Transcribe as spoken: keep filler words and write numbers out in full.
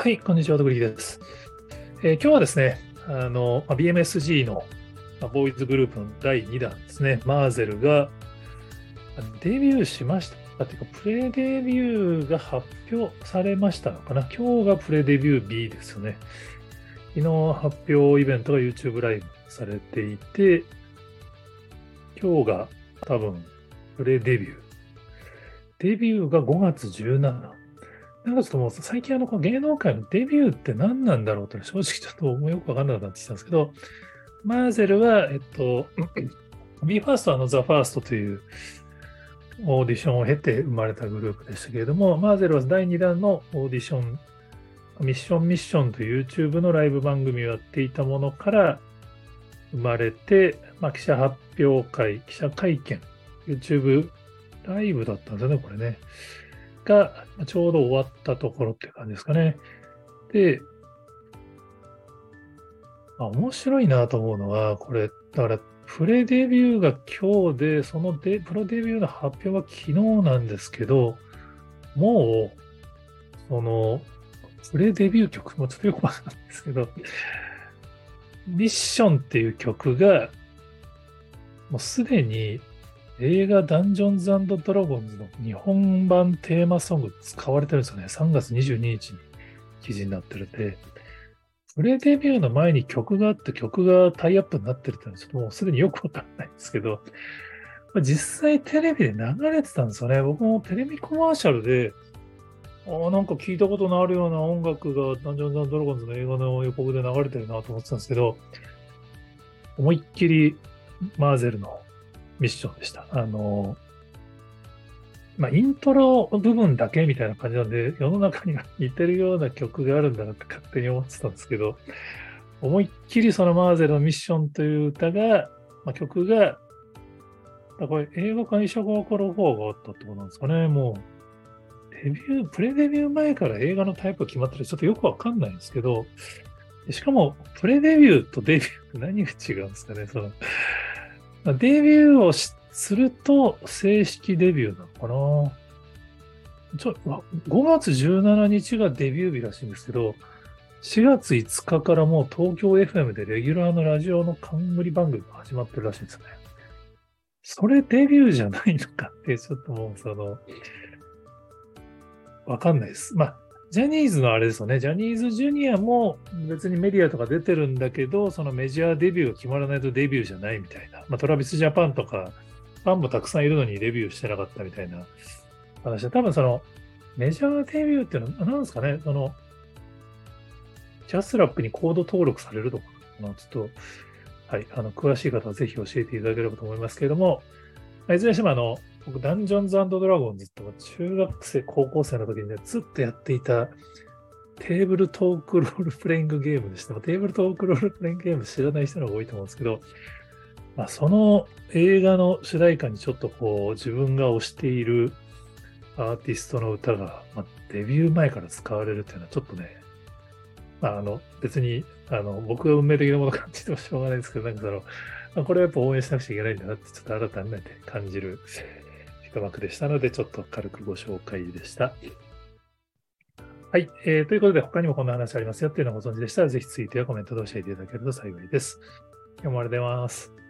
はい、こんにちは、徳力です。えー今日はですね、あの、まあ ビーエムエスジー のまあボーイズグループのだいにだんですね、マーゼルがあデビューしましたというか、プレデビューが発表されましたのかな。今日がプレデビュー B ですよね。昨日発表イベントが YouTube ライブされていて、今日が多分プレデビュー。デビューがごがつじゅうしちにち。なんかちょっともう最近あのこの芸能界のデビューって何なんだろうって正直ちょっともうよくわかんなくなってきたんですけど、マーゼルは、えっと、ビーファースト はあのザ・ファーストというオーディションを経て生まれたグループでしたけれども、マーゼルはだいにだんのオーディション、ミッションミッションという YouTube のライブ番組をやっていたものから生まれて、まあ、記者発表会、記者会見、YouTube ライブだったんですよね、これね。がちょうど終わったところっていう感じですかね。で、まあ、面白いなと思うのは、これ、だから、プレデビューが今日で、そのデプロデビューの発表は昨日なんですけど、もう、その、プレデビュー曲もちょっとよくわかんないんですけど、ミッションっていう曲が、もうすでに映画ダンジョンズ&ドラゴンズの日本版テーマソング使われてるんですよね。さんがつにじゅうににちに記事になってるんで、プレデビューの前に曲があって曲がタイアップになってるってのはちょっともうすでによくわかんないんですけど、実際テレビで流れてたんですよね。僕もテレビコマーシャルで、あなんか聞いたことのあるような音楽がダンジョンズ&ドラゴンズの映画の予告で流れてるなと思ってたんですけど、思いっきりマーゼルのミッションでした。あの、まあ、イントロ部分だけみたいな感じなんで、世の中には似てるような曲があるんだなって勝手に思ってたんですけど、思いっきりそのマーゼルのミッションという歌が、まあ、曲が、これ映画化に初号からオファーがあったってことなんですかね。もう、デビュー、プレデビュー前から映画のタイプが決まってるちょっとよくわかんないんですけど、しかも、プレデビューとデビューって何が違うんですかね。その、まあデビューをしすると正式デビューなのかな。ちょ、わごがつじゅうしちにちがデビュー日らしいんですけど、しがついつかかからもう東京 エフエム でレギュラーのラジオの冠番組が始まってるらしいんですよね。それデビューじゃないのかって、ちょっともうその、わかんないです。まあ、ジャニーズのあれですよね。ジャニーズジュニアも別にメディアとか出てるんだけど、そのメジャーデビューが決まらないとデビューじゃないみたいな。まあ、トラビスジャパンとか、ファンもたくさんいるのにデビューしてなかったみたいな話で、多分その、メジャーデビューっていうのは、何ですかね、その、ジャスラックにコード登録されるとかな、ちょっと、はい、あの、詳しい方はぜひ教えていただければと思いますけれども、いずれにしてもあの、僕、ダンジョンズ&ドラゴンズとか中学生、高校生の時にね、ずっとやっていたテーブルトークロールプレイングゲームでした。テーブルトークロールプレイングゲーム知らない人の方が多いと思うんですけど、まあ、その映画の主題歌にちょっとこう、自分が推しているアーティストの歌が、まあ、デビュー前から使われるっていうのはちょっとね、まあ、あの、別に、あの、僕が運命的なものを感じてもしょうがないですけど、なんかその、まあ、これはやっぱ応援しなくちゃいけないんだなって、ちょっと改めて感じる一幕でしたので、ちょっと軽くご紹介でした。はい、えーということで、他にもこんな話ありますよっていうのをご存知でしたら、ぜひツイートやコメントで教えていただけると幸いです。今日もありがとうございます。